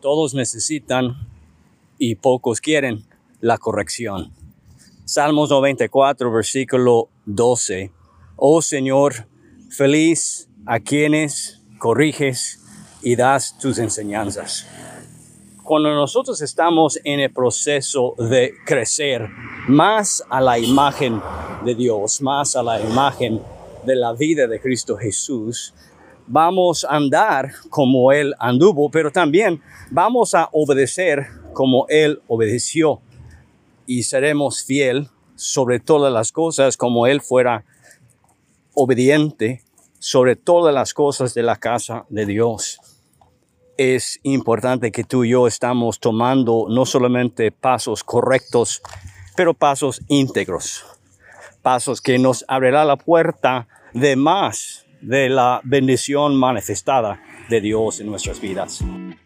Todos necesitan y pocos quieren la corrección. Salmos 94, versículo 12. Oh Señor, feliz a quienes corriges y das tus enseñanzas. Cuando nosotros estamos en el proceso de crecer más a la imagen de Dios, más a la imagen de la vida de Cristo Jesús, vamos a andar como Él anduvo, pero también vamos a obedecer como Él obedeció. Y seremos fiel sobre todas las cosas como Él fuera obediente sobre todas las cosas de la casa de Dios. Es importante que tú y yo estamos tomando no solamente pasos correctos, pero pasos íntegros. Pasos que nos abrirá la puerta de más de la bendición manifestada de Dios en nuestras vidas.